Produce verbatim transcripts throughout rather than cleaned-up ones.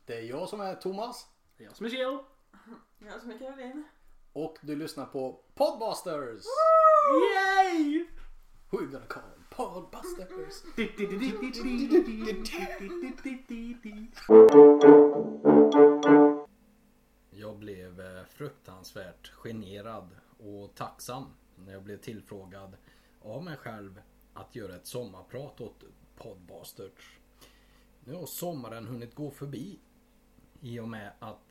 Det är jag som är Thomas. Det är jag som är Kjell. Jag som är Caroline. Och du lyssnar på Podbusters. Yay! Who you gonna call them? Podbusters. Jag blev fruktansvärt generad och tacksam när jag blev tillfrågad av mig själv att göra ett sommarprat åt Podbusters. Nu har sommaren hunnit gå förbi i och med att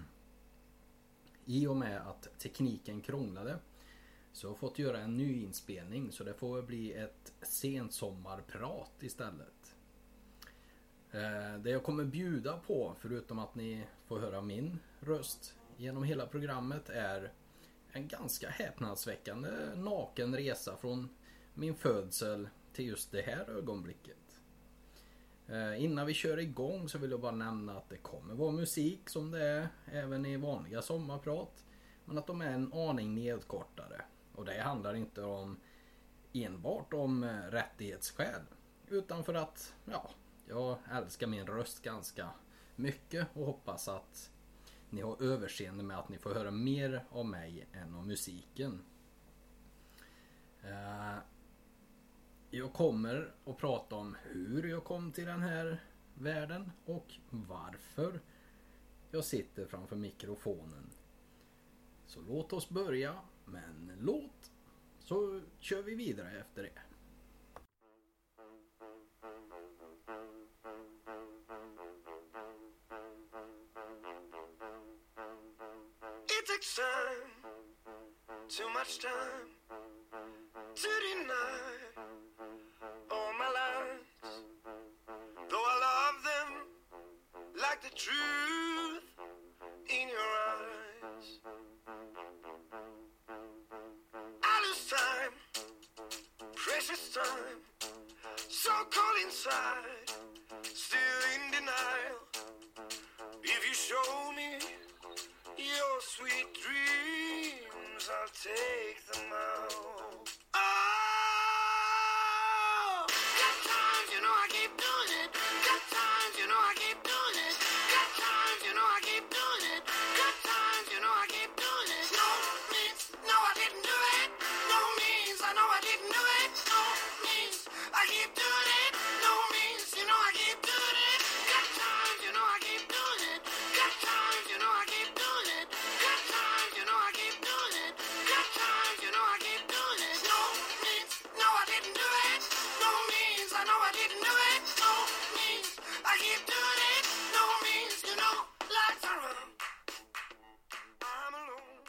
i och med att tekniken krånglade, så jag har fått göra en ny inspelning, så det får bli ett sent sommarprat istället. Det jag kommer bjuda på, förutom att ni får höra min röst genom hela programmet, är en ganska häpnadsväckande naken resa från min födsel till just det här ögonblicket. Innan vi kör igång så vill jag bara nämna att det kommer vara musik som det är även i vanliga sommarprat, men att de är en aning nedkortade. Och det handlar inte om enbart om rättighetsskäl, utan för att ja, jag älskar min röst ganska mycket och hoppas att ni har överseende med att ni får höra mer av mig än av musiken. Jag kommer att prata om hur jag kom till den här världen och varför jag sitter framför mikrofonen. Så låt oss börja med en låt, så kör vi vidare efter det. It takes time, too much time to deny all my lies, though I love them like the truth in your eyes. I lose time, precious time, so cold inside, still in denial. If you show me your sweet dreams, I'll take them out. Oh, good times, you know I keep doing it. Good times, you know I keep doing it. Good times, you know I keep doing it. Good times, you know I keep doing it. No means no, I didn't do it. No means I know I didn't do it. No means I keep doing it. No means you know I keep doing it. Good times, you know I keep doing it. Good times, you know I keep doing it. Good times, you know I keep doing it. Good times, you know I keep doing it. No means no, I didn't do it. No means I know I didn't do it. No means I keep doing it. No means you know lights are on. I'm alone.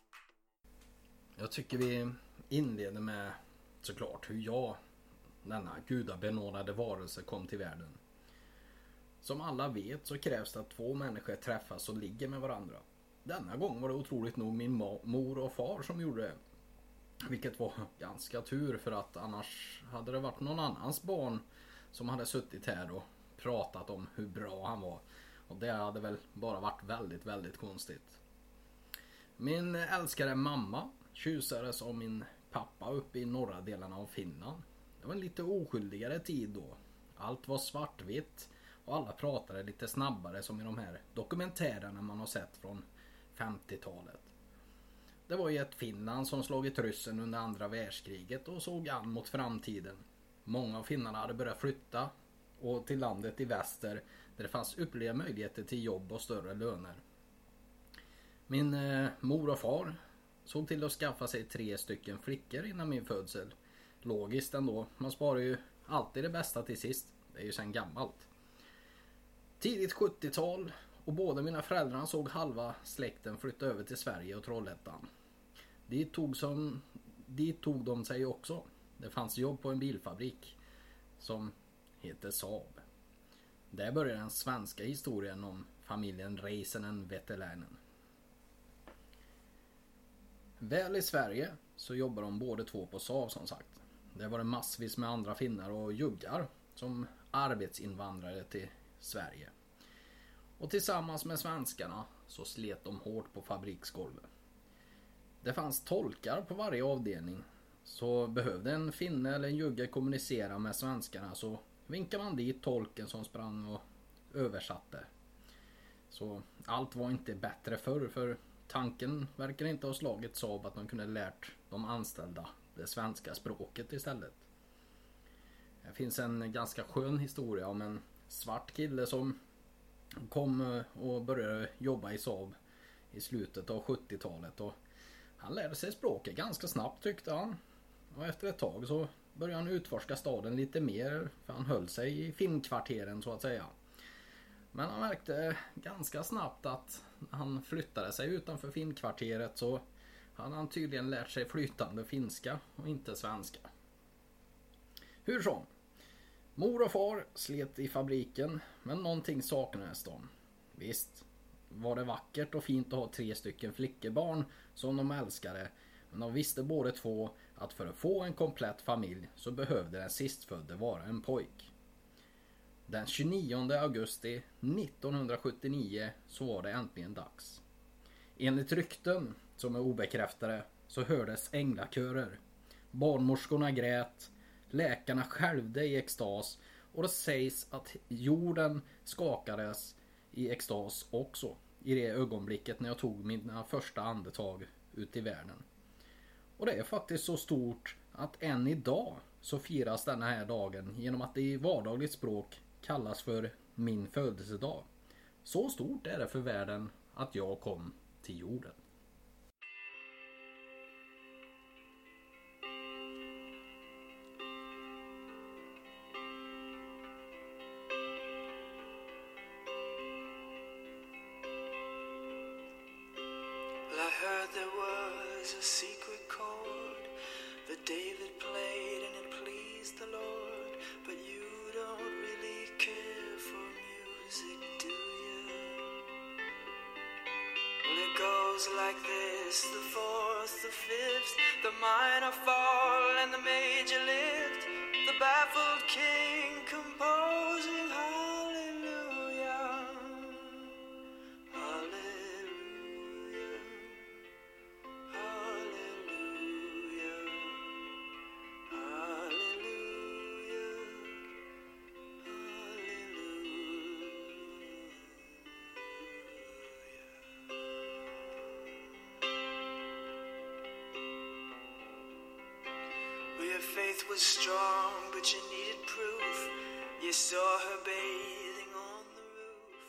Jag tycker vi inleder med såklart hur jag, denna gudabenådade varelse, kom till världen. Som alla vet så krävs det att två människor träffas och ligger med varandra. Denna gång var det otroligt nog min mor och far som gjorde det. Vilket var ganska tur, för att annars hade det varit någon annans barn som hade suttit här och pratat om hur bra han var. Och det hade väl bara varit väldigt, väldigt konstigt. Min älskade mamma tjusades av min pappa uppe i norra delarna av Finland. Det var en lite oskyldigare tid då. Allt var svartvitt och alla pratade lite snabbare, som i de här dokumentärerna man har sett från femtiotalet. Det var ju ett Finland som slagit ryssen under andra världskriget och såg an mot framtiden. Många av finnarna hade börjat flytta och till landet i väster där det fanns ypperliga möjligheter till jobb och större löner. Min eh, mor och far såg till att skaffa sig tre stycken flickor innan min födsel. Logiskt ändå, man sparar ju alltid det bästa till sist. Det är ju sen gammalt. Tidigt sjuttiotal och båda mina föräldrar såg halva släkten flytta över till Sverige och Trollhättan. Dit tog, som, dit tog de sig också. Det fanns jobb på en bilfabrik som heter Saab. Där börjar den svenska historien om familjen Reisenen Vetelänen. Väl i Sverige så jobbar de båda två på Saab, som sagt. Det var det massvis med andra finnar och juggar som arbetsinvandrare till Sverige. Och tillsammans med svenskarna så slet de hårt på fabriksgolvet. Det fanns tolkar på varje avdelning, så behövde en finne eller en jugge kommunicera med svenskarna så vinkade man dit tolken som sprang och översatte. Så allt var inte bättre förr, för tanken verkar inte ha slagit Saab att de kunde lärt de anställda det svenska språket istället. Det finns en ganska skön historia om en svart kille som kom och började jobba i Saab i slutet av sjuttiotalet, och han lärde sig språket ganska snabbt tyckte han. Och efter ett tag så började han utforska staden lite mer, för han höll sig i filmkvarteren så att säga. Men han märkte ganska snabbt att han flyttade sig utanför filmkvarteret så hade han tydligen lärt sig flytande finska och inte svenska. Hur som. Mor och far slet i fabriken, men någonting saknades dem. Visst var det vackert och fint att ha tre stycken flickebarn som de älskade, men de visste båda två att för att få en komplett familj så behövde den sistfödde vara en pojk. Den tjugonionde augusti nittonhundrasjuttionio så var det äntligen dags. Enligt rykten som är obekräftade så hördes änglakörer. Barnmorskorna grät, läkarna skälvde i extas och det sägs att jorden skakades i extas också i det ögonblicket när jag tog mina första andetag ut i världen. Och det är faktiskt så stort att än idag så firas denna här dagen genom att det i vardagligt språk kallas för min födelsedag. Så stort är det för världen att jag kom till jorden. Well, I heard there was a secret chord that David played and it pleased the Lord. But you don't really care for music, do you? Well, it goes like this: the fourth, the fifth, the minor fall and the major lift. The baffled king composing hallelujah, hallelujah, hallelujah, hallelujah, hallelujah. Well, your faith was strong, but you needed proof. You saw her bathing on the roof.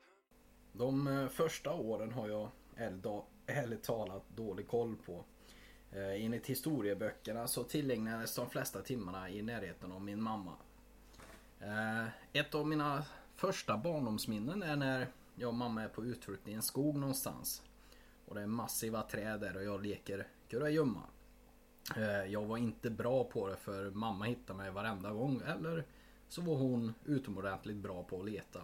De eh, första åren har jag ärligt- ärligt talat dålig koll på. Eh, enligt historieböckerna så tillägnades de flesta timmarna i närheten av min mamma. Eh, ett av mina första barndomsminnen är när jag och mamma är på utflykt i en skog någonstans. Och det är massiva träd där och jag leker kurragömma. Eh, jag var inte bra på det för mamma hittade mig varenda gång, eller så var hon utomordentligt bra på att leta.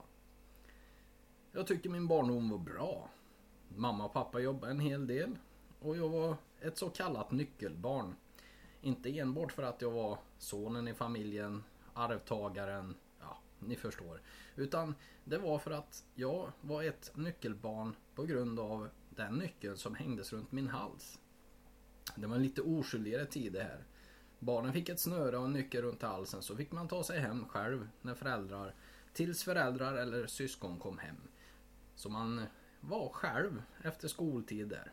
Jag tycker min barndom var bra. Mamma och pappa jobbade en hel del och jag var ett så kallat nyckelbarn. Inte enbart för att jag var sonen i familjen, arvtagaren, ja, ni förstår. Utan det var för att jag var ett nyckelbarn på grund av den nyckeln som hängdes runt min hals. Det var en lite oskyldigare tid det här. Barnen fick ett snöre och en nyckel runt halsen, så fick man ta sig hem själv när föräldrar, tills föräldrar eller syskon kom hem. Så man var själv efter skoltid där.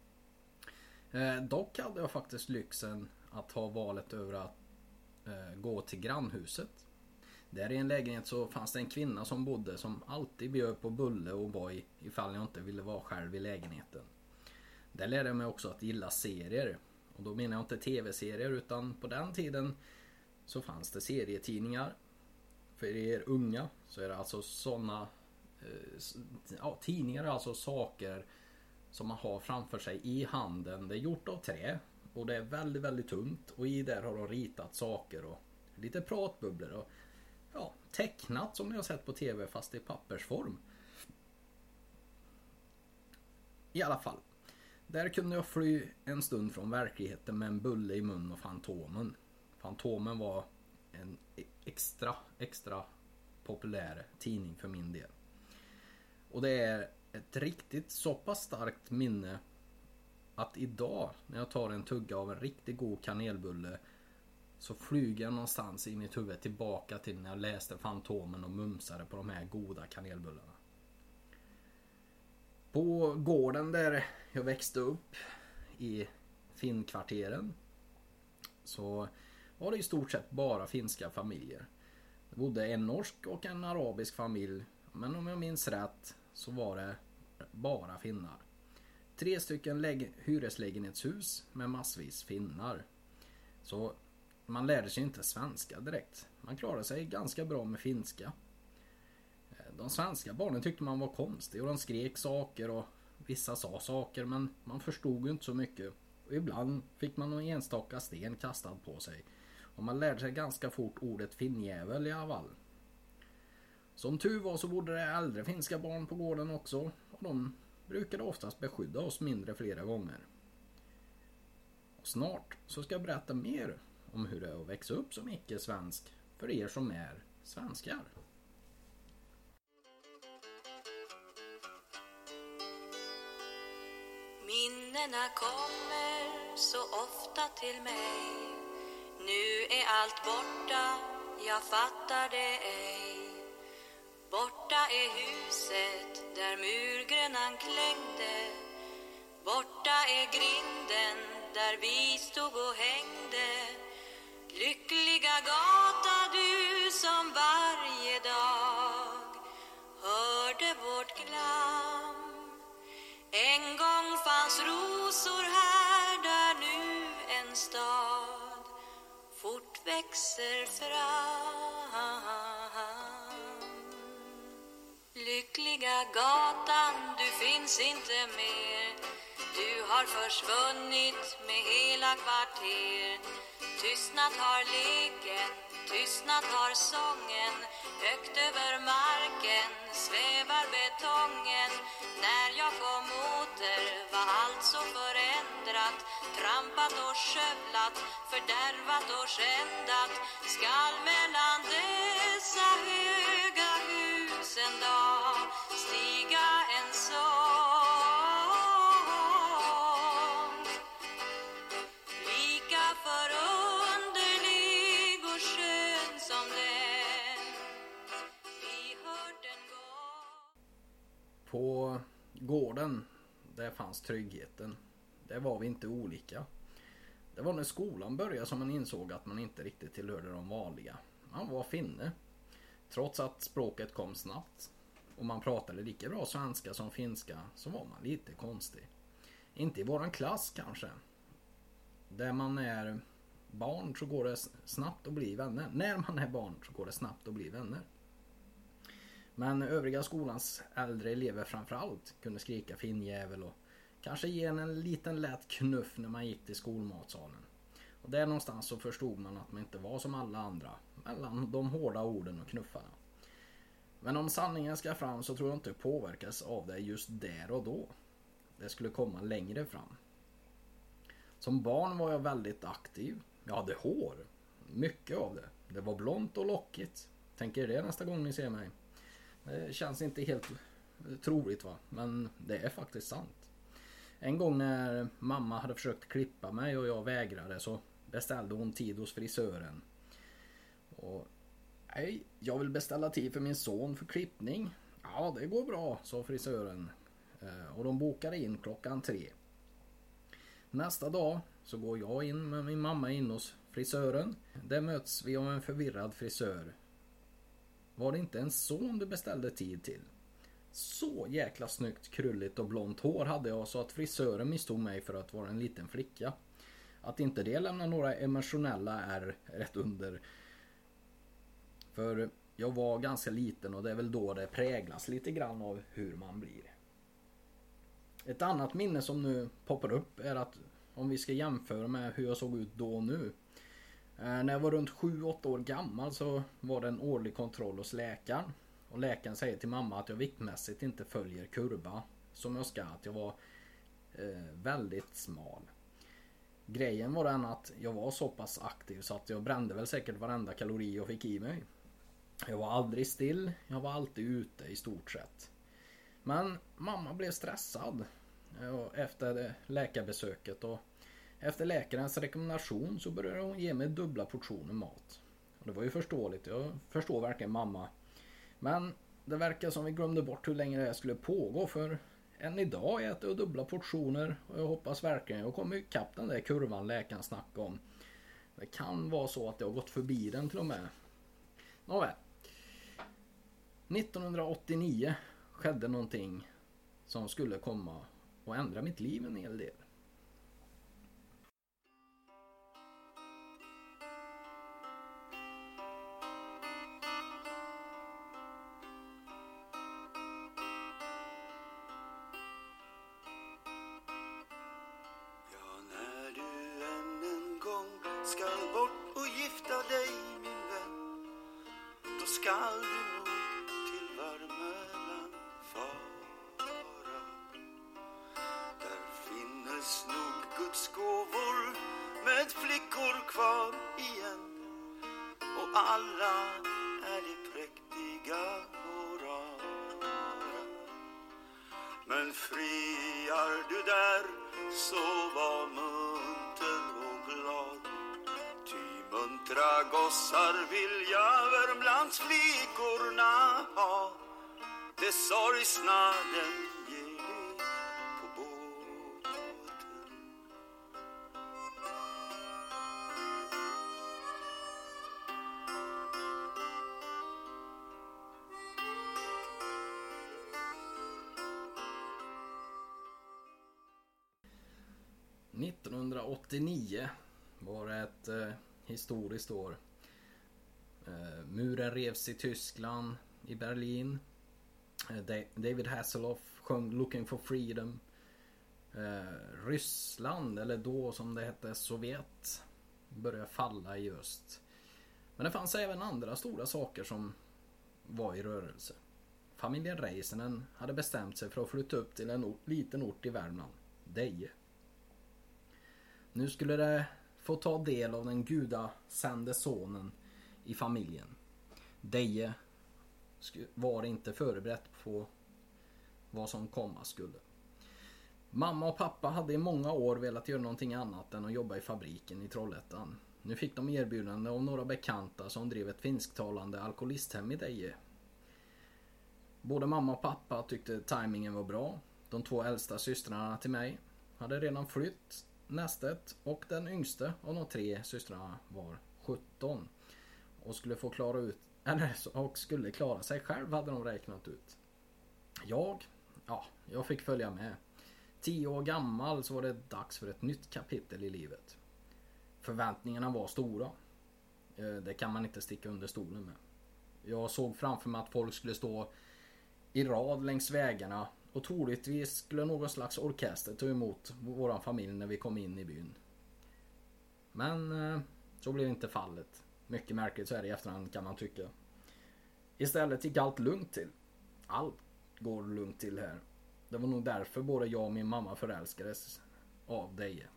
Eh, dock hade jag faktiskt lyxen att ha valet över att eh, gå till grannhuset. Där i en lägenhet så fanns det en kvinna som bodde som alltid bjöd på bulle och boy ifall jag inte ville vara själv i lägenheten. Där lärde jag mig också att gilla serier. Och då menar jag inte tv-serier, utan på den tiden så fanns det serietidningar. För er unga så är det alltså sådana eh, ja, tidningar är alltså saker som man har framför sig i handen. Det är gjort av trä och det är väldigt väldigt tungt, och i där har de ritat saker och lite pratbubblor och ja, tecknat som ni har sett på tv fast i pappersform. I alla fall. Där kunde jag fly en stund från verkligheten med en bulle i mun och Fantomen. Fantomen var en extra, extra populär tidning för min del. Och det är ett riktigt så pass starkt minne att idag när jag tar en tugga av en riktigt god kanelbulle så flyger jag någonstans i mitt huvud tillbaka till när jag läste Fantomen och mumsade på de här goda kanelbullarna. På gården där jag växte upp i Finnkvarteren så var det i stort sett bara finska familjer. Det bodde en norsk och en arabisk familj, men om jag minns rätt så var det bara finnar. Tre stycken läg- hyreslägenhetshus med massvis finnar. Så man lärde sig inte svenska direkt. Man klarade sig ganska bra med finska. De svenska barnen tyckte man var konstig och de skrek saker och vissa sa saker, men man förstod ju inte så mycket. Och ibland fick man någon enstaka sten kastad på sig. Och man lärde sig ganska fort ordet finnjävel i alla fall. Som tur var så bodde det äldre finska barn på gården också. Och de brukade oftast beskydda oss mindre flera gånger. Och snart så ska jag berätta mer om hur det är att växa upp som icke-svensk för er som är svenskar. Minnena kommer så ofta till mig. Nu är allt borta, jag fattar det ej. Borta är huset där murgrönan klängde. Borta är grinden där vi stod och hängde. Lyckliga gata du som varje dag hörde vårt glam. En gång fanns rosor här där nu en stad fort växer fram. Lyckliga gatan, du finns inte mer. Du har försvunnit med hela kvarter. Tystnat har leken, tystnat har sången. Högt över marken svävar betongen. När jag kom åter var allt så förändrat. Trampat och skövlat, fördärvat och skändat. Skall mellan dessa höga hus en dag stiga en sång. Lika förunderlig och skön som den vi hört en gång. På gården, där fanns tryggheten. Där var vi inte olika. Det var när skolan började som man insåg att man inte riktigt tillhörde de vanliga. Man var finne. Trots att språket kom snabbt och man pratade lika bra svenska som finska så var man lite konstig. Inte i våran klass kanske. Där man är barn så går det snabbt att bli vänner. När man är barn så går det snabbt att bli vänner. Men övriga skolans äldre elever framförallt kunde skrika finnjävel och kanske ge en, en liten lätt knuff när man gick till skolmatsalen. Och där någonstans så förstod man att man inte var som alla andra mellan de hårda orden och knuffarna. Men om sanningen ska fram så tror jag inte påverkas av det just där och då. Det skulle komma längre fram. Som barn var jag väldigt aktiv. Jag hade hår. Mycket av det. Det var blont och lockigt. Tänker det nästa gång ni ser mig. Det känns inte helt troligt va. Men det är faktiskt sant. En gång när mamma hade försökt klippa mig och jag vägrade så beställde hon tid hos frisören. Och nej, jag vill beställa tid för min son för klippning. Ja, det går bra, sa frisören. Och de bokade in klockan tre. Nästa dag så går jag in med min mamma in hos frisören. Där möts vi av en förvirrad frisör. Var det inte en son du beställde tid till? Så jäkla snyggt, krulligt och blont hår hade jag så att frisören misstog mig för att vara en liten flicka. Att inte det lämnar några emotionella är rätt under. För jag var ganska liten och det är väl då det präglas lite grann av hur man blir. Ett annat minne som nu poppar upp är att om vi ska jämföra med hur jag såg ut då och nu. När jag var runt sju åtta år gammal så var det en årlig kontroll hos läkaren. Och läkaren säger till mamma att jag viktmässigt inte följer kurva som jag ska. Att jag var eh, väldigt smal. Grejen var den att jag var så pass aktiv så att jag brände väl säkert varenda kalori jag fick i mig. Jag var aldrig still. Jag var alltid ute i stort sett. Men mamma blev stressad efter läkarbesöket och efter läkarens rekommendation så började hon ge mig dubbla portioner mat. Och det var ju förståeligt. Jag förstår verkligen mamma. Men det verkar som vi glömde bort hur länge det här skulle pågå för än idag äter jag dubbla portioner och jag hoppas verkligen jag kommer ikapp den där kurvan läkaren snackade om. Det kan vara så att jag har gått förbi den till och med. Nåväl. nittonhundraåttionio skedde någonting som skulle komma och ändra mitt liv en hel del. Ja, när du än en gång skall bort och gifta dig, min vän, då skall du nog till Värmeland fara. Där finnes nog Guds gåvor med flickor kvar igen, och alla är de präktiga och rara. Men friar du där, så var munter och glad, ty muntra gossar vill jag Värmlands flickorna ha. Det sorgsna den ger dig på båten. nittonhundraåttionio var ett eh, historiskt år. Eh, muren revs i Tyskland, i Berlin. Eh, David Hasselhoff sjöng Looking for Freedom. Eh, Ryssland, eller då som det hette Sovjet, började falla i öst. Men det fanns även andra stora saker som var i rörelse. Familjen Räisänen hade bestämt sig för att flytta upp till en ort, liten ort i Värmland, Deje. Nu skulle det få ta del av den gudasände sonen i familjen. Deje var inte förberett på vad som komma skulle. Mamma och pappa hade i många år velat göra någonting annat än att jobba i fabriken i Trollhättan. Nu fick de erbjudande av några bekanta som drev ett finsktalande alkoholisthem i Deje. Både mamma och pappa tyckte timingen var bra. De två äldsta systrarna till mig hade redan flytt nästet, och den yngste av de tre systrarna var sjutton och skulle få klara ut eller och skulle klara sig själv, hade de räknat ut. Jag, ja, jag fick följa med. Tio år gammal så var det dags för ett nytt kapitel i livet. Förväntningarna var stora. Det kan man inte sticka under stolen med. Jag såg framför mig att folk skulle stå i rad längs vägarna, och troligtvis skulle någon slags orkester ta emot våran familj när vi kom in i byn. Men så blev inte fallet. Mycket märkligt så är det i efterhand, kan man tycka. Istället gick allt lugnt till. Allt går lugnt till här. Det var nog därför både jag och min mamma förälskades av Deje.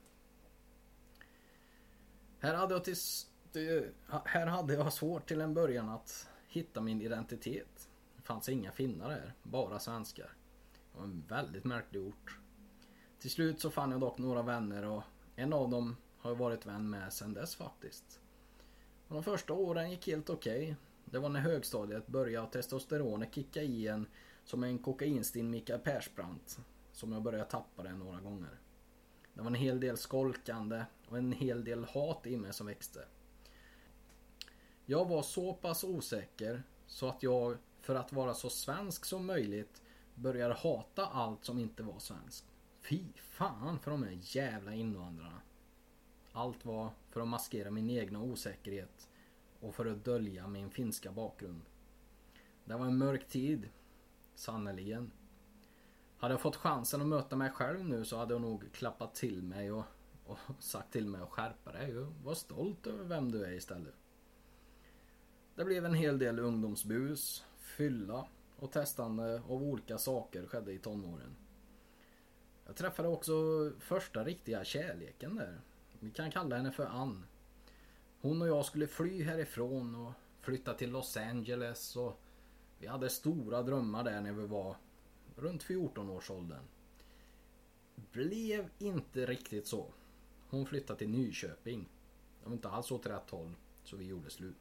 Här hade jag, tills, här hade jag svårt till en början att hitta min identitet. Det fanns inga finnar här, bara svenskar. Det var en väldigt märklig ort. Till slut så fann jag dock några vänner, och en av dem har jag varit vän med sedan dess faktiskt. Och de första åren gick helt okej. Okay. Det var när högstadiet började och testosteronet kicka i en som en kokainstinn Mikael Persbrandt, som jag började tappa det några gånger. Det var en hel del skolkande och en hel del hat i mig som växte. Jag var så pass osäker så att jag, för att vara så svensk som möjligt, började hata allt som inte var svenskt. Fy fan för de här jävla invandrarna. Allt var för att maskera min egna osäkerhet och för att dölja min finska bakgrund. Det var en mörk tid, sannoliken. Hade jag fått chansen att möta mig själv nu så hade jag nog klappat till mig och, och sagt till mig att skärpa dig och var stolt över vem du är istället. Det blev en hel del ungdomsbus, fylla och testande av olika saker skedde i tonåren. Jag träffade också första riktiga kärleken där. Vi kan kalla henne för Ann. Hon och jag skulle fly härifrån och flytta till Los Angeles, och vi hade stora drömmar där när vi var runt fjorton-årsåldern. Blev inte riktigt så. Hon flyttade till Nyköping. Det var inte alls åt rätt håll, så vi gjorde slut.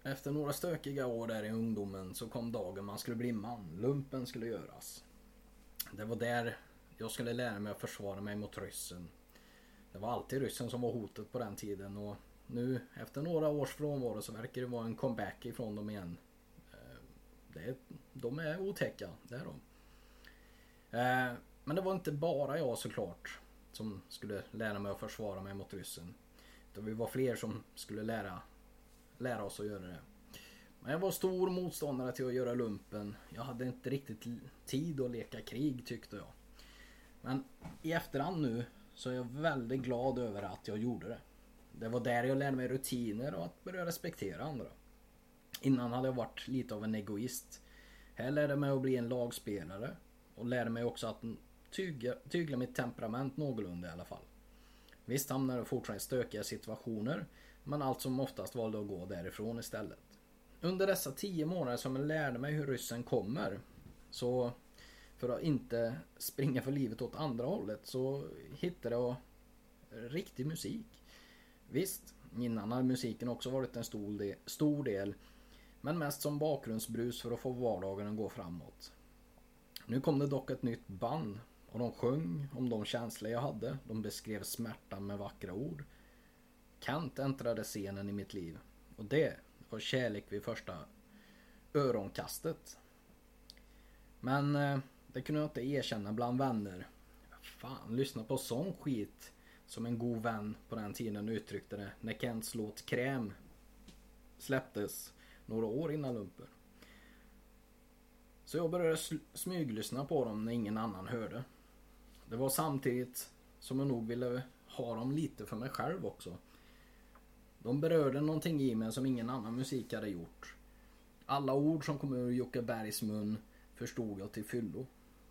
Efter några stökiga år där i ungdomen så kom dagen man skulle bli man. Lumpen skulle göras. Det var där jag skulle lära mig att försvara mig mot ryssen. Det var alltid ryssen som var hotet på den tiden och nu efter några års frånvaro så verkar det vara en comeback ifrån dem igen. Det är, de är otäcka, det är de. Men det var inte bara jag såklart som skulle lära mig att försvara mig mot ryssen. Det var fler som skulle lära, lära oss att göra det. Men jag var stor motståndare till att göra lumpen. Jag hade inte riktigt tid att leka krig tyckte jag. Men i efterhand nu så är jag väldigt glad över att jag gjorde det. Det var där jag lärde mig rutiner och att börja respektera andra. Innan hade jag varit lite av en egoist. Här lärde jag mig att bli en lagspelare. Och lärde mig också att tyga, tygla mitt temperament någorlunda i alla fall. Visst hamnade jag fortfarande i stökiga situationer. Men allt som oftast valde att gå därifrån istället. Under dessa tio månader som jag lärde mig hur ryssen kommer. Så för att inte springa för livet åt andra hållet så hittade jag riktig musik. Visst, innan hade musiken också varit en stor del, stor del. Men mest som bakgrundsbrus för att få vardagen att gå framåt. Nu kom det dock ett nytt band. Och de sjöng om de känslor jag hade. De beskrev smärtan med vackra ord. Kent äntrade scenen i mitt liv. Och det var kärlek vid första öronkastet. Men eh, det kunde jag inte erkänna bland vänner. Fan, lyssna på sån skit. Som en god vän på den tiden uttryckte det. När Kents låt Kräm släpptes några år innan lumpen. Så jag började smyglyssna på dem när ingen annan hörde. Det var samtidigt som jag nog ville ha dem lite för mig själv också. De berörde någonting i mig som ingen annan musik hade gjort. Alla ord som kom ur Jocke Bergs mun förstod jag till fyllo.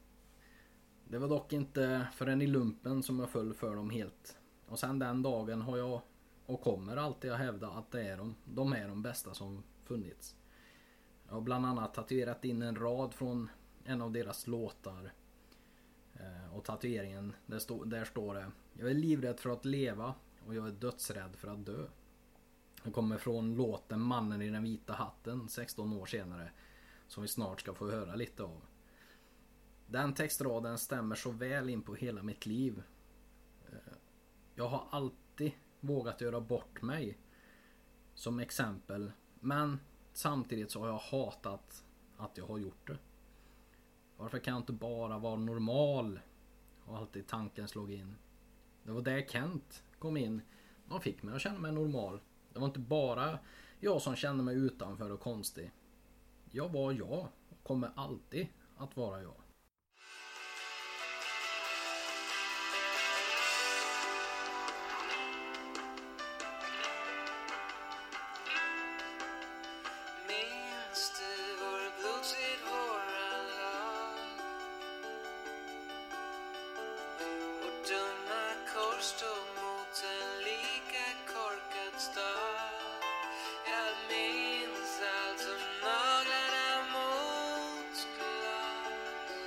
Det var dock inte förrän i lumpen som jag föll för dem helt. Och sen den dagen har jag och kommer alltid att hävda att det är de, de är de bästa som funnits. Jag har bland annat tatuerat in en rad från en av deras låtar. Och tatueringen, där, stå, där står det: jag är livrädd för att leva och jag är dödsrädd för att dö. Det kommer från låten Mannen i den vita hatten sexton år senare. Som vi snart ska få höra lite av. Den textraden stämmer så väl in på hela mitt liv. Jag har alltid vågat göra bort mig. Som exempel. Men samtidigt så har jag hatat att jag har gjort det. Varför kan jag inte bara vara normal? Och alltid tanken slog in. Det var där Kent kom in. Han fick mig att känna mig normal. Det var inte bara jag som kände mig utanför och konstig. Jag var jag och kommer alltid att vara jag. Minns du vår blodsvit våran lag? Vår dumma kors stod mot en lika korkad stad. Jag minns allt som naglarna mot glas.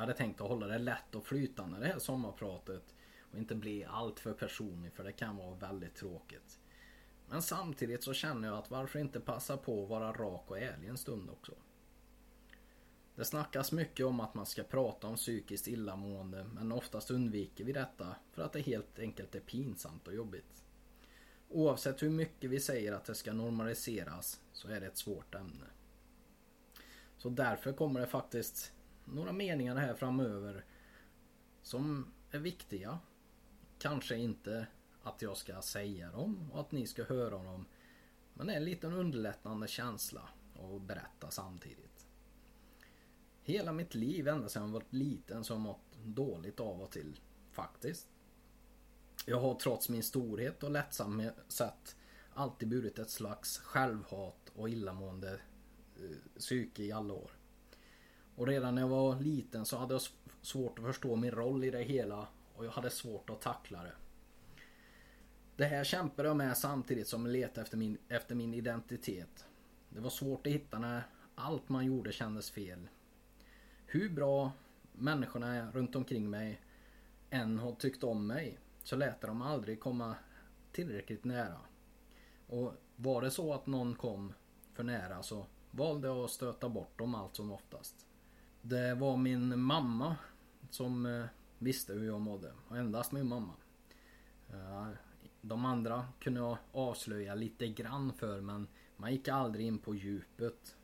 hade tänkt att hålla det lätt och flytande det här sommarpratet och inte bli allt för personlig, för det kan vara väldigt tråkigt. Men samtidigt så känner jag att varför inte passa på att vara rak och ärlig en stund också. Det snackas mycket om att man ska prata om psykiskt illamående, men oftast undviker vi detta för att det helt enkelt är pinsamt och jobbigt. Oavsett hur mycket vi säger att det ska normaliseras så är det ett svårt ämne. Så därför kommer det faktiskt några meningar här framöver som är viktiga. Kanske inte att jag ska säga dem och att ni ska höra dem, men det är en liten underlättande känsla att berätta samtidigt. Hela mitt liv ända sedan jag var liten så har jag mått dåligt av och till faktiskt. Jag har trots min storhet och lättsamhet alltid burit ett slags självhat och illamående eh, psyke i alla år. Och redan när jag var liten så hade jag svårt att förstå min roll i det hela och jag hade svårt att tackla det. Det här kämpade jag med samtidigt som jag letade efter min, efter min identitet. Det var svårt att hitta när allt man gjorde kändes fel. Hur bra människorna runt omkring mig än har tyckt om mig så lät de aldrig komma tillräckligt nära. Och var det så att någon kom för nära så valde jag att stöta bort dem allt som oftast. Det var min mamma som visste hur jag mådde. Och endast min mamma. De andra kunde jag avslöja lite grann för, men man gick aldrig in på djupet.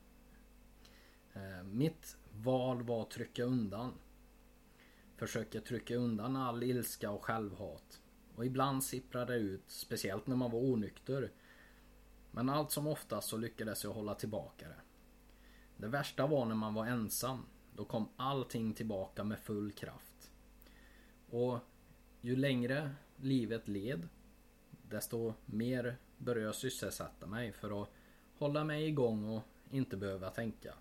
Mitt val var att trycka undan. Försöka trycka undan all ilska och självhat. Och ibland sipprade det ut, speciellt när man var onykter. Men allt som oftast så lyckades jag hålla tillbaka det. Det värsta var när man var ensam. Då kom allting tillbaka med full kraft. Och ju längre livet led, desto mer började jag sysselsätta mig för att hålla mig igång och inte behöva tänka.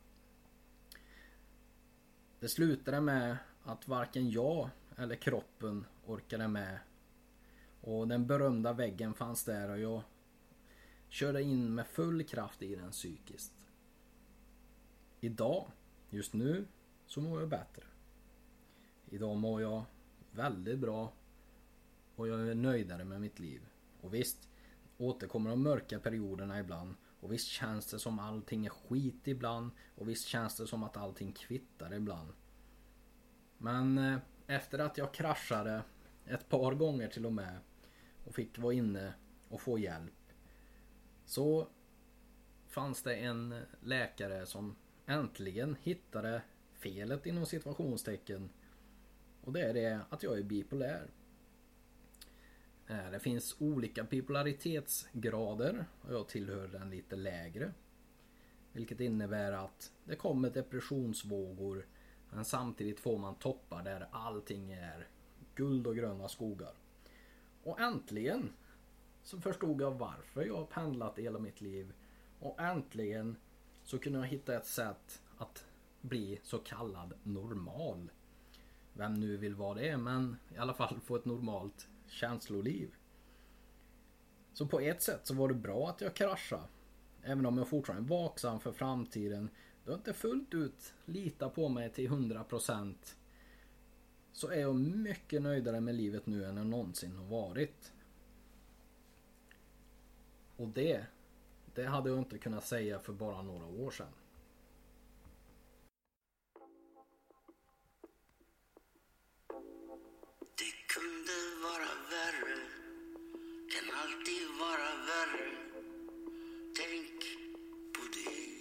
Det slutade med att varken jag eller kroppen orkade med. Och den berömda väggen fanns där och jag körde in med full kraft i den psykiskt. Idag, just nu, så mår jag bättre. Idag mår jag väldigt bra och jag är nöjdare med mitt liv. Och visst, återkommer de mörka perioderna ibland. Och visst känns det som allting är skit ibland. Och visst känns det som att allting kvittar ibland. Men eh, efter att jag kraschade ett par gånger till och med och fick vara inne och få hjälp, så fanns det en läkare som äntligen hittade felet inom situationstecken. Och det är det att jag är bipolär. Det finns olika bipolaritetsgrader och jag tillhör den lite lägre. Vilket innebär att det kommer depressionsvågor, men samtidigt får man toppar där allting är guld och gröna skogar. Och äntligen så förstod jag varför jag har pendlat i hela mitt liv. Och äntligen så kunde jag hitta ett sätt att bli så kallad normal. Vem nu vill vara det, men i alla fall få ett normalt känsloliv. Så på ett sätt så var det bra att jag kraschade. Även om jag fortfarande är vaksam för framtiden. Då inte fullt ut lita på mig till hundra procent. Så är jag mycket nöjdare med livet nu än jag någonsin har varit. Och det, det hade jag inte kunnat säga för bara några år sedan. Det kunde vara värre, kan alltid vara värre. Tänk på det.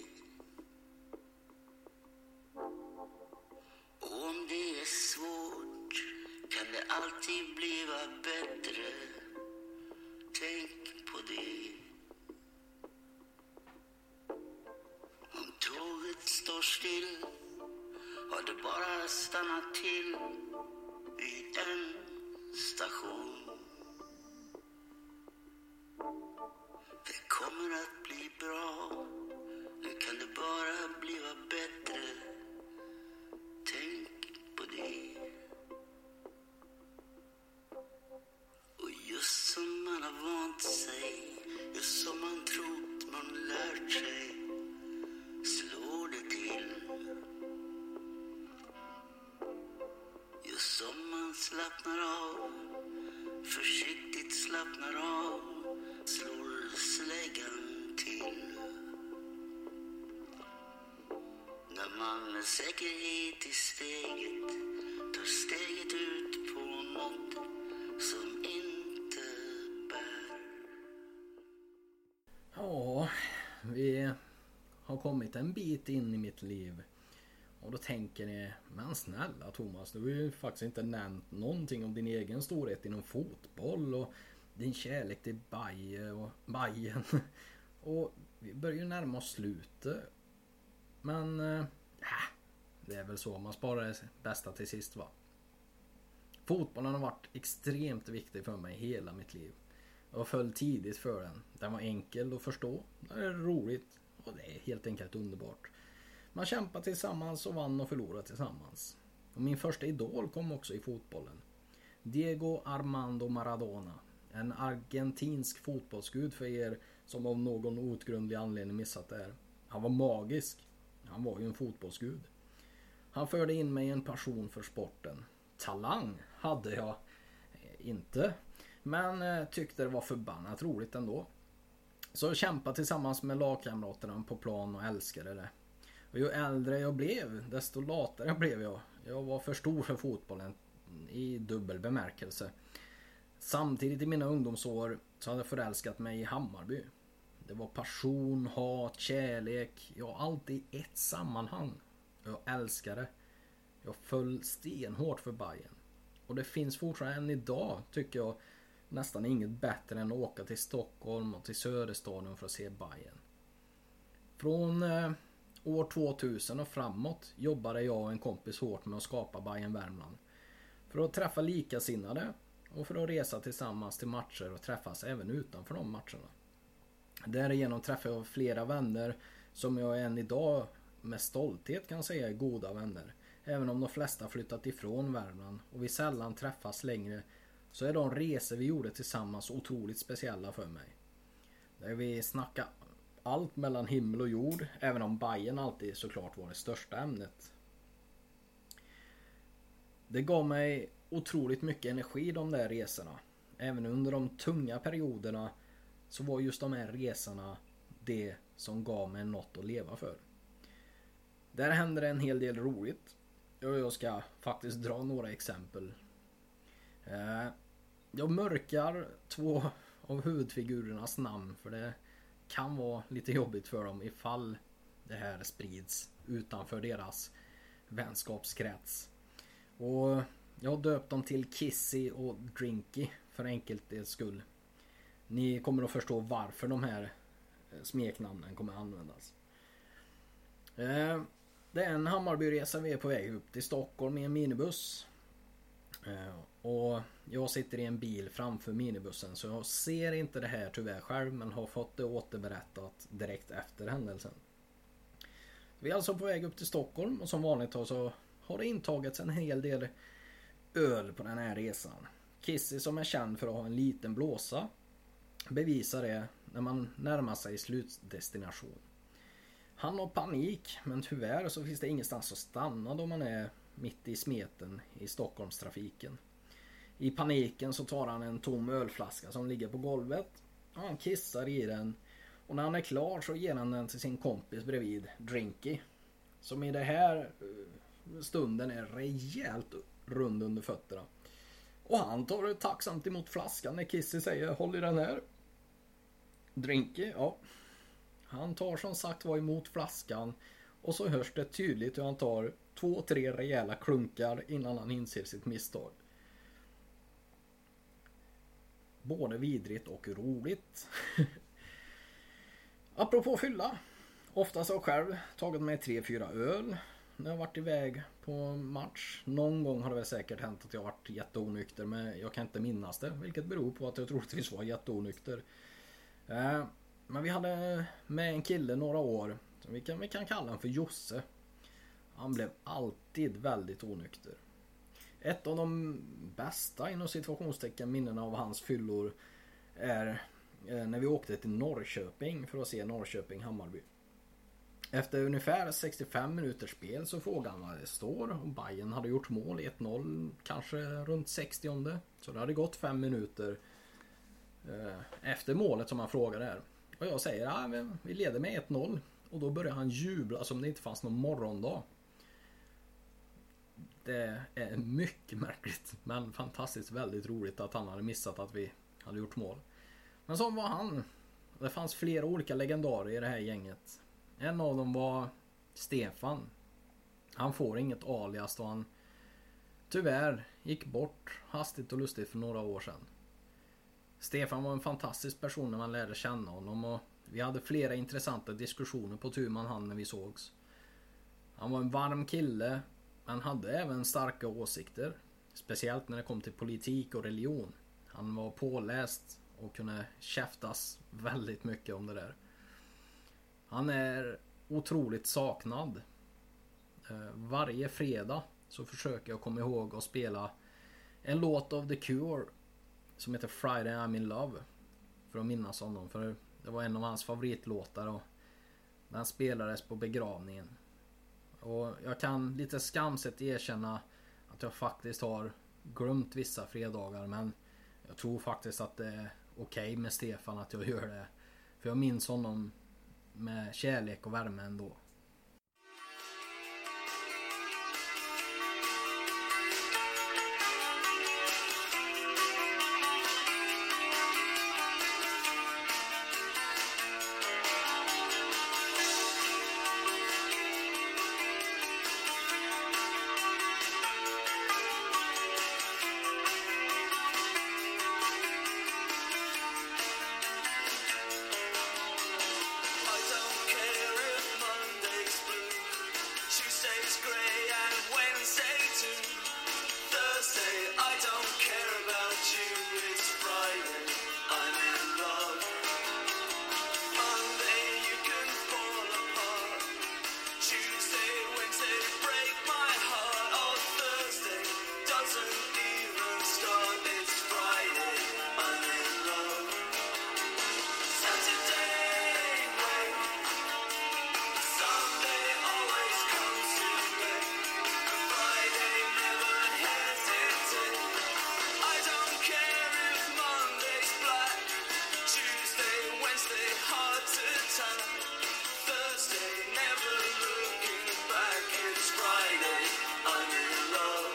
Och om det är svårt kan det alltid bliva bättre. Tänk på det. Om tåget står still har det bara stannat till vid en station. Det kommer att bli bra. Nu kan det bara bliva bättre. Tänk på det. Och just som man har vant sig, just som man trott man lärt sig, slår det till. slappnar av, försiktigt slappnar av, slår släggan till. När man med säkerhet i steget tar steget ut på något som inte bär. Ja, vi har kommit en bit in i mitt liv. Och då tänker ni, men snälla Thomas, du har ju faktiskt inte nämnt någonting om din egen storhet inom fotboll och din kärlek till Baje och Bajen. Och vi börjar ju närma oss slutet. Men äh, det är väl så, man sparar det bästa till sist, va? Fotbollen har varit extremt viktig för mig hela mitt liv. Jag föll tidigt för den. Den var enkel att förstå, det är roligt och det är helt enkelt underbart. Man kämpar tillsammans och vann och förlorade tillsammans. Och min första idol kom också i fotbollen. Diego Armando Maradona. En argentinsk fotbollsgud för er som av någon outgrundlig anledning missat det här. Han var magisk. Han var ju en fotbollsgud. Han förde in mig en passion för sporten. Talang hade jag inte. Men tyckte det var förbannat roligt ändå. Så jag kämpade tillsammans med lagkamraterna på plan och älskade det. Och ju äldre jag blev, desto latare blev jag. Jag var för stor för fotbollen i dubbel bemärkelse. Samtidigt i mina ungdomsår så hade jag förälskat mig i Hammarby. Det var passion, hat, kärlek, ja, allt i ett sammanhang. Jag älskade. Jag föll stenhårt för Bajen. Och det finns fortfarande än idag, tycker jag, nästan inget bättre än att åka till Stockholm och till Söderstaden för att se Bajen. Från eh, år tvåtusen och framåt jobbade jag och en kompis hårt med att skapa Bajen Värmland. För att träffa likasinnade och för att resa tillsammans till matcher och träffas även utanför de matcherna. Därigenom träffade jag flera vänner som jag än idag med stolthet kan säga är goda vänner. Även om de flesta flyttat ifrån Värmland och vi sällan träffas längre, så är de resor vi gjorde tillsammans otroligt speciella för mig. Där vi snackade allt mellan himmel och jord, även om Bajen alltid såklart var det största ämnet. Det gav mig otroligt mycket energi de där resorna. Även under de tunga perioderna så var just de här resorna det som gav mig något att leva för. Där hände det en hel del roligt. Och jag ska faktiskt dra några exempel. Jag mörkar två av huvudfigurernas namn, för det kan vara lite jobbigt för dem ifall det här sprids utanför deras vänskapskrets. Och jag har döpt dem till Kissy och Drinky för enkelhets skull. Ni kommer att förstå varför de här smeknamnen kommer att användas. Det är en Hammarbyresa, vi är på väg upp till Stockholm i en minibuss. Och jag sitter i en bil framför minibussen, så jag ser inte det här tyvärr själv, men har fått det återberättat direkt efter händelsen. Vi är alltså på väg upp till Stockholm och som vanligt så har det intagits en hel del öl på den här resan. Kissy, som är känd för att ha en liten blåsa, bevisar det när man närmar sig slutdestination. Han har panik, men tyvärr så finns det ingenstans att stanna då man är mitt i smeten i Stockholmstrafiken. I paniken så tar han en tom ölflaska som ligger på golvet och han kissar i den, och när han är klar så ger han den till sin kompis bredvid, Drinky, som i det här stunden är rejält rund under fötterna. Och han tar tacksamt emot flaskan när Kissy säger håll i den här. Drinky, ja. Han tar som sagt var emot flaskan, och så hörs det tydligt hur han tar två, tre rejäla klunkar innan han inser sitt misstag. Både vidrigt och roligt. Apropå fylla. Oftast har jag själv tagit mig tre, fyra öl när jag varit iväg på match. Någon gång har det väl säkert hänt att jag varit jätteonykter, men jag kan inte minnas det. Vilket beror på att jag troligtvis var jätteonykter. Eh, men vi hade med en kille några år. Vi kan, vi kan kalla honom för Josse. Han blev alltid väldigt onykter. Ett av de bästa inom situationstecken minnen av hans fyllor är när vi åkte till Norrköping för att se Norrköping-Hammarby. Efter ungefär sextiofem minuters spel så frågade han vad det står. Och Bayern hade gjort mål ett noll kanske runt sextionde. Så det hade gått fem minuter eh, efter målet som han frågade där. Och jag säger att ja, vi leder med ett noll. Och då börjar han jubla som det inte fanns någon morgondag. Det är mycket märkligt men fantastiskt väldigt roligt att han hade missat att vi hade gjort mål. Men så var han. Det fanns flera olika legendarer i det här gänget. En av dem var Stefan. Han får inget alias då han tyvärr gick bort hastigt och lustigt för några år sedan. Stefan var en fantastisk person när man lärde känna honom och vi hade flera intressanta diskussioner på tu man hand när vi sågs. Han var en varm kille men hade även starka åsikter. Speciellt när det kom till politik och religion. Han var påläst och kunde käftas väldigt mycket om det där. Han är otroligt saknad. Varje fredag så försöker jag komma ihåg att spela en låt av The Cure som heter Friday I'm in Love. För att minnas honom. För det var en av hans favoritlåtar och den spelades på begravningen. Och jag kan lite skamset erkänna att jag faktiskt har glömt vissa fredagar. Men jag tror faktiskt att det är okej med Stefan att jag gör det. För jag minns honom med kärlek och värme ändå. I don't care if Monday's blue, Tuesday's grey and Wednesday too. Thursday, I don't care about you, it's Friday, I'm in love. Monday, you can fall apart. Tuesday, Wednesday, break my heart. Oh, Thursday doesn't even start, it's Friday, I'm in love. Saturday, wait. Sunday always comes too late. Friday never hesitate. I don't care if Monday's black. Tuesday, Wednesday hard to tell. Thursday never looking back. It's Friday, I'm in love.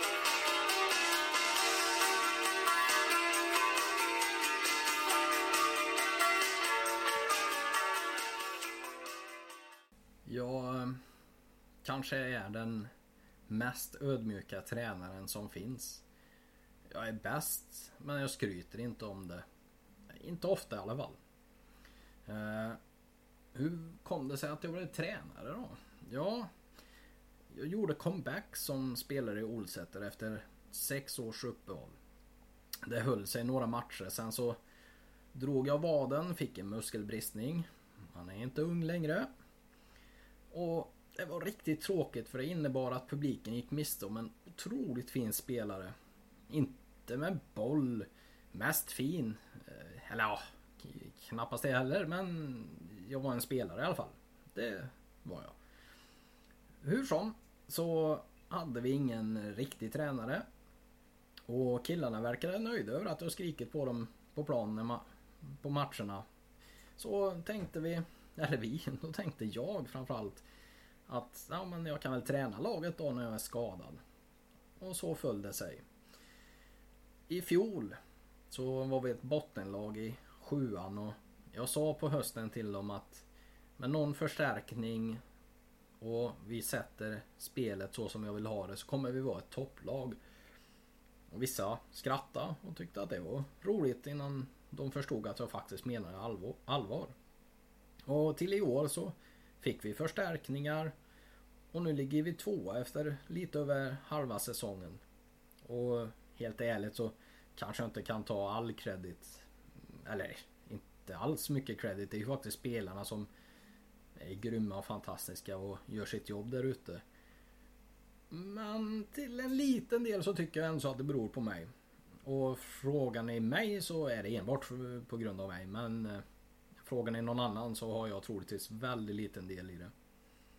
Jag kanske är den mest ödmjuka tränaren som finns. Jag är bäst, men jag skryter inte om det. Inte ofta i alla fall. Eh, hur kom det sig att jag blev tränare då? Ja, jag gjorde comeback som spelare i Olsäter efter sex års uppehåll. Det höll sig några matcher, sen så drog jag vaden, fick en muskelbristning. Man är inte ung längre. Och det var riktigt tråkigt för det innebar att publiken gick miste om en otroligt fin spelare. Inte med boll, mest fin. Eller ja, knappast det heller, men jag var en spelare i alla fall. Det var jag. Hur som, så hade vi ingen riktig tränare. Och killarna verkade nöjda över att jag skrikit på dem på planen på matcherna. Så tänkte vi, eller vi, då tänkte jag framförallt att ja, men jag kan väl träna laget då när jag är skadad. Och så föll det sig. I fjol så var vi ett bottenlag i sjuan och jag sa på hösten till dem att med någon förstärkning och vi sätter spelet så som jag vill ha det så kommer vi vara ett topplag. Och vissa skrattade och tyckte att det var roligt innan de förstod att jag faktiskt menade allvar. Och till i år så fick vi förstärkningar och nu ligger vi tvåa efter lite över halva säsongen. Och helt ärligt så kanske jag inte kan ta all kredit, eller inte alls mycket kredit. Det är ju faktiskt spelarna som är grymma och fantastiska och gör sitt jobb där ute. Men till en liten del så tycker jag ändå att det beror på mig. Och frågan är mig så är det enbart på grund av mig. Men frågan är någon annan så har jag troligtvis väldigt liten del i det.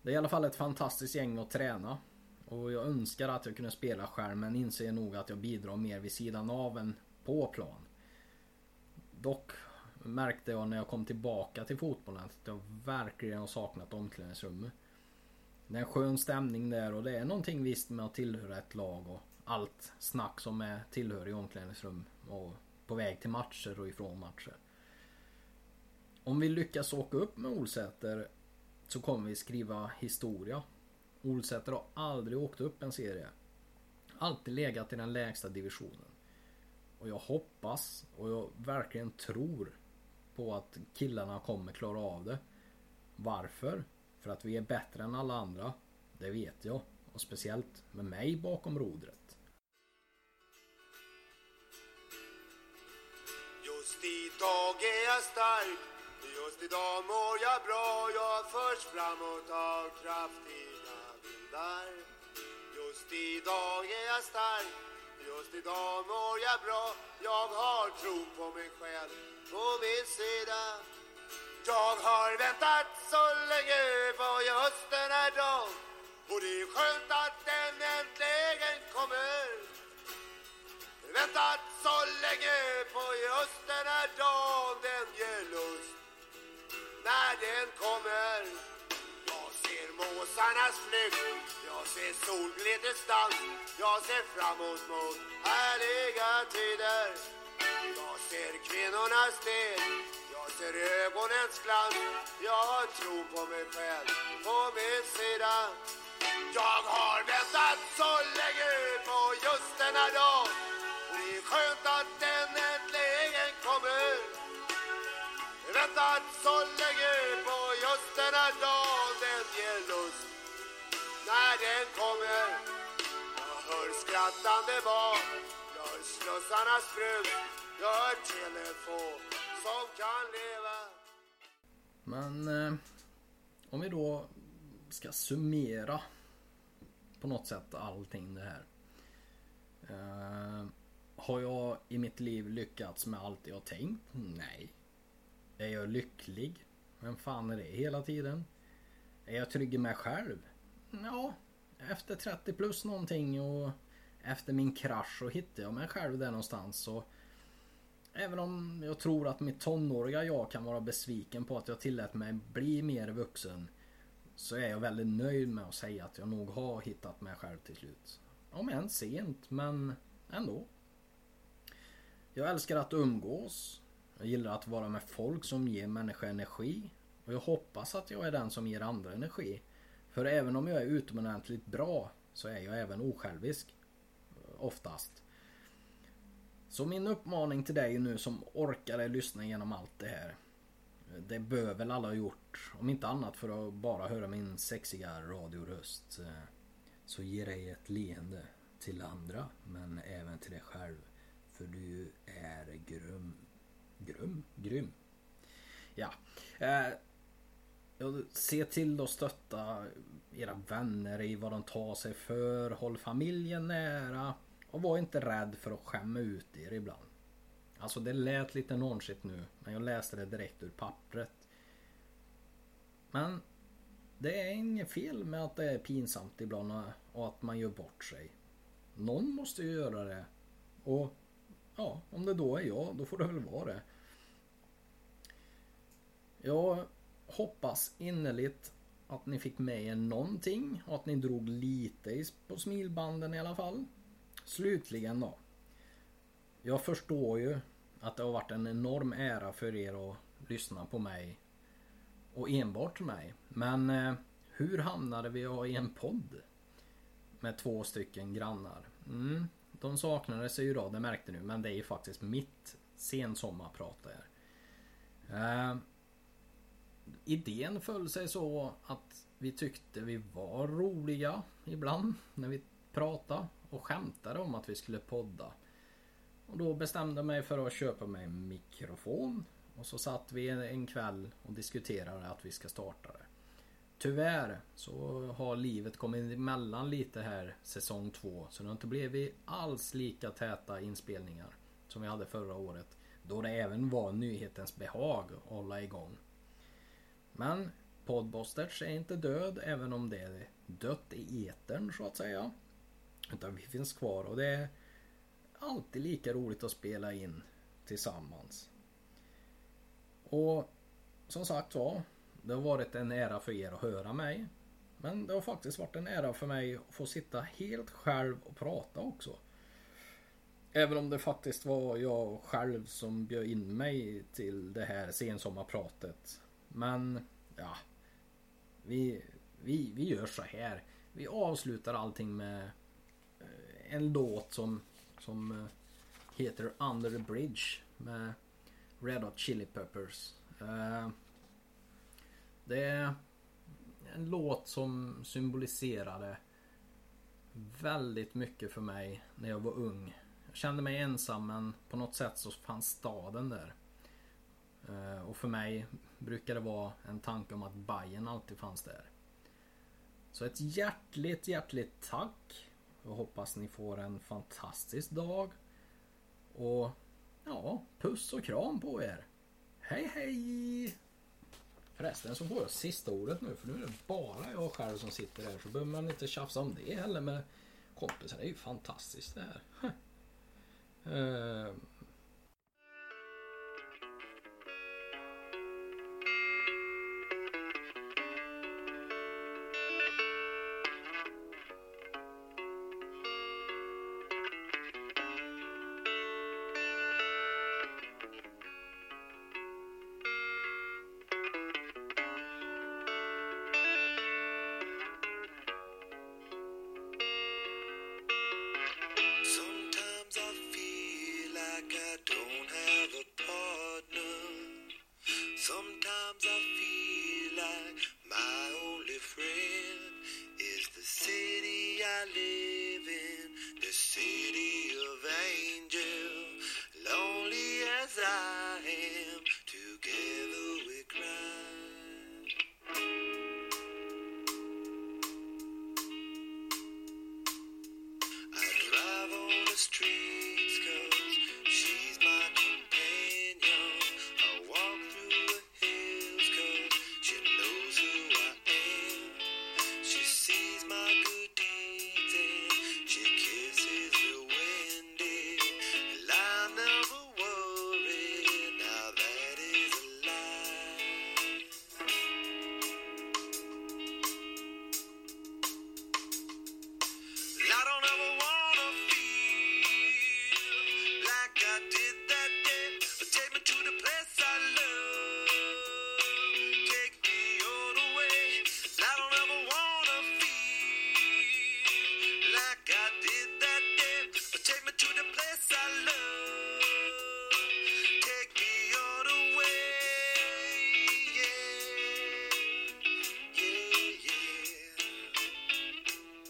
Det är i alla fall ett fantastiskt gäng att träna. Och jag önskar att jag kunde spela själv, men inser nog att jag bidrar mer vid sidan av än på plan. Dock märkte jag när jag kom tillbaka till fotbollen att jag verkligen har saknat omklädningsrummet. Det är en skön stämning där och det är någonting visst med att tillhöra ett lag och allt snack som är tillhör i omklädningsrum och på väg till matcher och ifrån matcher. Om vi lyckas åka upp med Olsäter så kommer vi skriva historia. Olsäter har aldrig åkt upp en serie. Alltid legat i den lägsta divisionen. Och jag hoppas och jag verkligen tror på att killarna kommer klara av det. Varför? För att vi är bättre än alla andra. Det vet jag. Och speciellt med mig bakom rodret. Just idag är jag stark. Just idag mår jag bra. Jag förs framåt av kraftiga vindar. Just idag är jag stark. Just idag mår jag bra. Jag har tro på mig själv på min sida. Jag har väntat så länge på just den här dagen. Och det är skönt att den äntligen kommer. Väntat så länge på just den här dagen. Den ger lust när den kommer. Jag ser måsarnas flykt. Jag ser solglittersdans. Jag ser framåt mot härliga tider. Jag ser kvinnornas steg. Jag ser ögonens glans. Jag har tro på mig själv på min sida. Jag har väntat så länge på just den här dagen. Det är skönt att den äntligen kommer. Väntat så länge på just den här dagen. Den ger lust när den kommer. Jag hör skrattande barn. Jag hör slussarnas brus. Jag hör telefon som kan leva. Men eh, om vi då ska summera på något sätt allting det här. Eh, har jag i mitt liv lyckats med allt jag tänkt? Nej. Är jag lycklig? Vem fan är det hela tiden? Är jag trygg i mig själv? Ja, efter trettio plus någonting och efter min krasch så hittar jag mig själv där någonstans. Så även om jag tror att mitt tonåriga jag kan vara besviken på att jag tillät mig bli mer vuxen, så är jag väldigt nöjd med att säga att jag nog har hittat mig själv till slut. Om än sent, men ändå. Jag älskar att umgås. Jag gillar att vara med folk som ger människor energi. Och jag hoppas att jag är den som ger andra energi. För även om jag är utomordentligt bra så är jag även osjälvisk. Oftast. Så min uppmaning till dig nu som orkar lyssna igenom allt det här. Det bör väl alla ha gjort. Om inte annat för att bara höra min sexiga radioröst. Så ge dig ett leende till andra. Men även till dig själv. För du är grym. Grym? Grym. Ja. Eh, se till att stötta era vänner i vad de tar sig för. Håll familjen nära. Och var inte rädd för att skämma ut er ibland. Alltså det lät lite nonchigt nu. Men jag läste det direkt ur pappret. Men det är inget fel med att det är pinsamt ibland och att man gör bort sig. Någon måste ju göra det. Och ja, om det då är jag, då får det väl vara det. Jag hoppas innerligt att ni fick med er någonting och att ni drog lite på smilbanden i alla fall. Slutligen då. Jag förstår ju att det har varit en enorm ära för er att lyssna på mig och enbart mig. Men eh, hur hamnade vi i en podd med två stycken grannar? Mm, de saknade sig ju då, det märkte ni, men det är ju faktiskt mitt sensommarprat där. Eh, idén föll sig så att vi tyckte vi var roliga ibland när vi pratade och skämtade om att vi skulle podda. Och då bestämde jag mig för att köpa mig en mikrofon. Och så satt vi en kväll och diskuterade att vi ska starta det. Tyvärr så har livet kommit emellan lite här säsong två. Så det har inte blivit alls lika täta inspelningar som vi hade förra året. Då det även var nyhetens behag att hålla igång. Men Podbusters är inte död, även om det är dött i etern så att säga. Utan vi finns kvar och det är alltid lika roligt att spela in tillsammans. Och som sagt var, det har varit en ära för er att höra mig. Men det har faktiskt varit en ära för mig att få sitta helt själv och prata också. Även om det faktiskt var jag själv som bjöd in mig till det här sensommarpratet. Men ja, vi, vi, vi gör så här. Vi avslutar allting med en låt som, som heter Under the Bridge med Red Hot Chili Peppers. Det är en låt som symboliserade väldigt mycket för mig när jag var ung. Jag kände mig ensam, men på något sätt så fanns staden där. Och för mig brukar det vara en tanke om att Bayern alltid fanns där. Så ett hjärtligt, hjärtligt tack. Jag hoppas ni får en fantastisk dag. Och ja, puss och kram på er. Hej hej! Förresten så får jag sista ordet nu, för nu är det bara jag själv som sitter här. Så behöver man inte tjafsa om det heller med kompisar. Det är ju fantastiskt det här. Uh... Sometimes I feel like I don't have a partner. Sometimes I feel like my only friend is the city I live in, the city of angel. Lonely as I am, together we cry. I drive on the streets 'cause she's my companion. I walk through the hills 'cause she knows who I am. She sees my good deeds and she kisses the windy. And I never worry, now that is a lie. I don't ever wanna feel like I did that day. Take me to the place I love. Take me all the way. I don't ever wanna feel like I did that day. Take me to the place I love. Take me all the way. Yeah, yeah, yeah.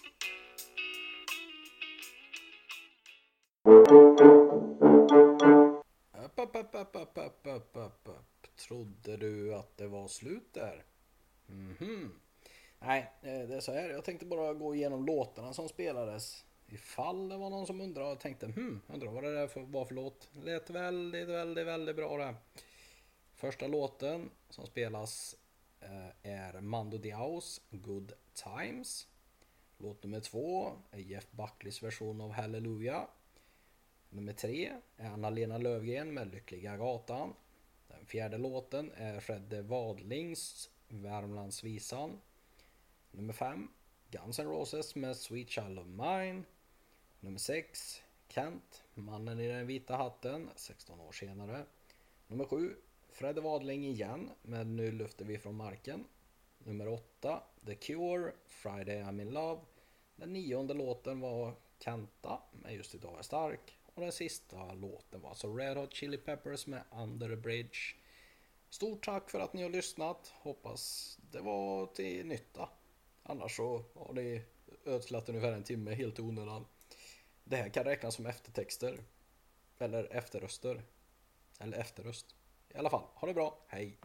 Upp, upp, upp, upp, upp, upp, upp, upp, upp. Trodde du att det var slut där? Mhm. Nej, eh, det är så här. Jag tänkte bara gå igenom låtarna som spelades. Ifall det var någon som undrade och tänkte, hmm, undrar vad det där för, var för låt. Det lät väldigt, väldigt, väldigt bra det. Första låten som spelas eh, är Mando Diaos Good Times. Låt nummer två är Jeff Buckleys version av Hallelujah. Nummer tre är Anna-Lena Löfgren med Lyckliga gatan. Den fjärde låten är Fredde Wadlings Värmlandsvisan. Nummer fem Guns N' Roses med Sweet Child of Mine. Nummer sex Kent, Mannen i den vita hatten, sexton år senare. Nummer sju Fredde Wadling igen med Nu lyfter vi från marken. Nummer åtta The Cure, Friday I'm in Love. Den nionde låten var Kenta med Just idag är stark. Och den sista låten var så Red Hot Chili Peppers med Under the Bridge. Stort tack för att ni har lyssnat. Hoppas det var till nytta. Annars så har ni ödslat ungefär en timme helt i onödan. Det här kan räknas som eftertexter. Eller efterröster. Eller efterröst. I alla fall, ha det bra. Hej!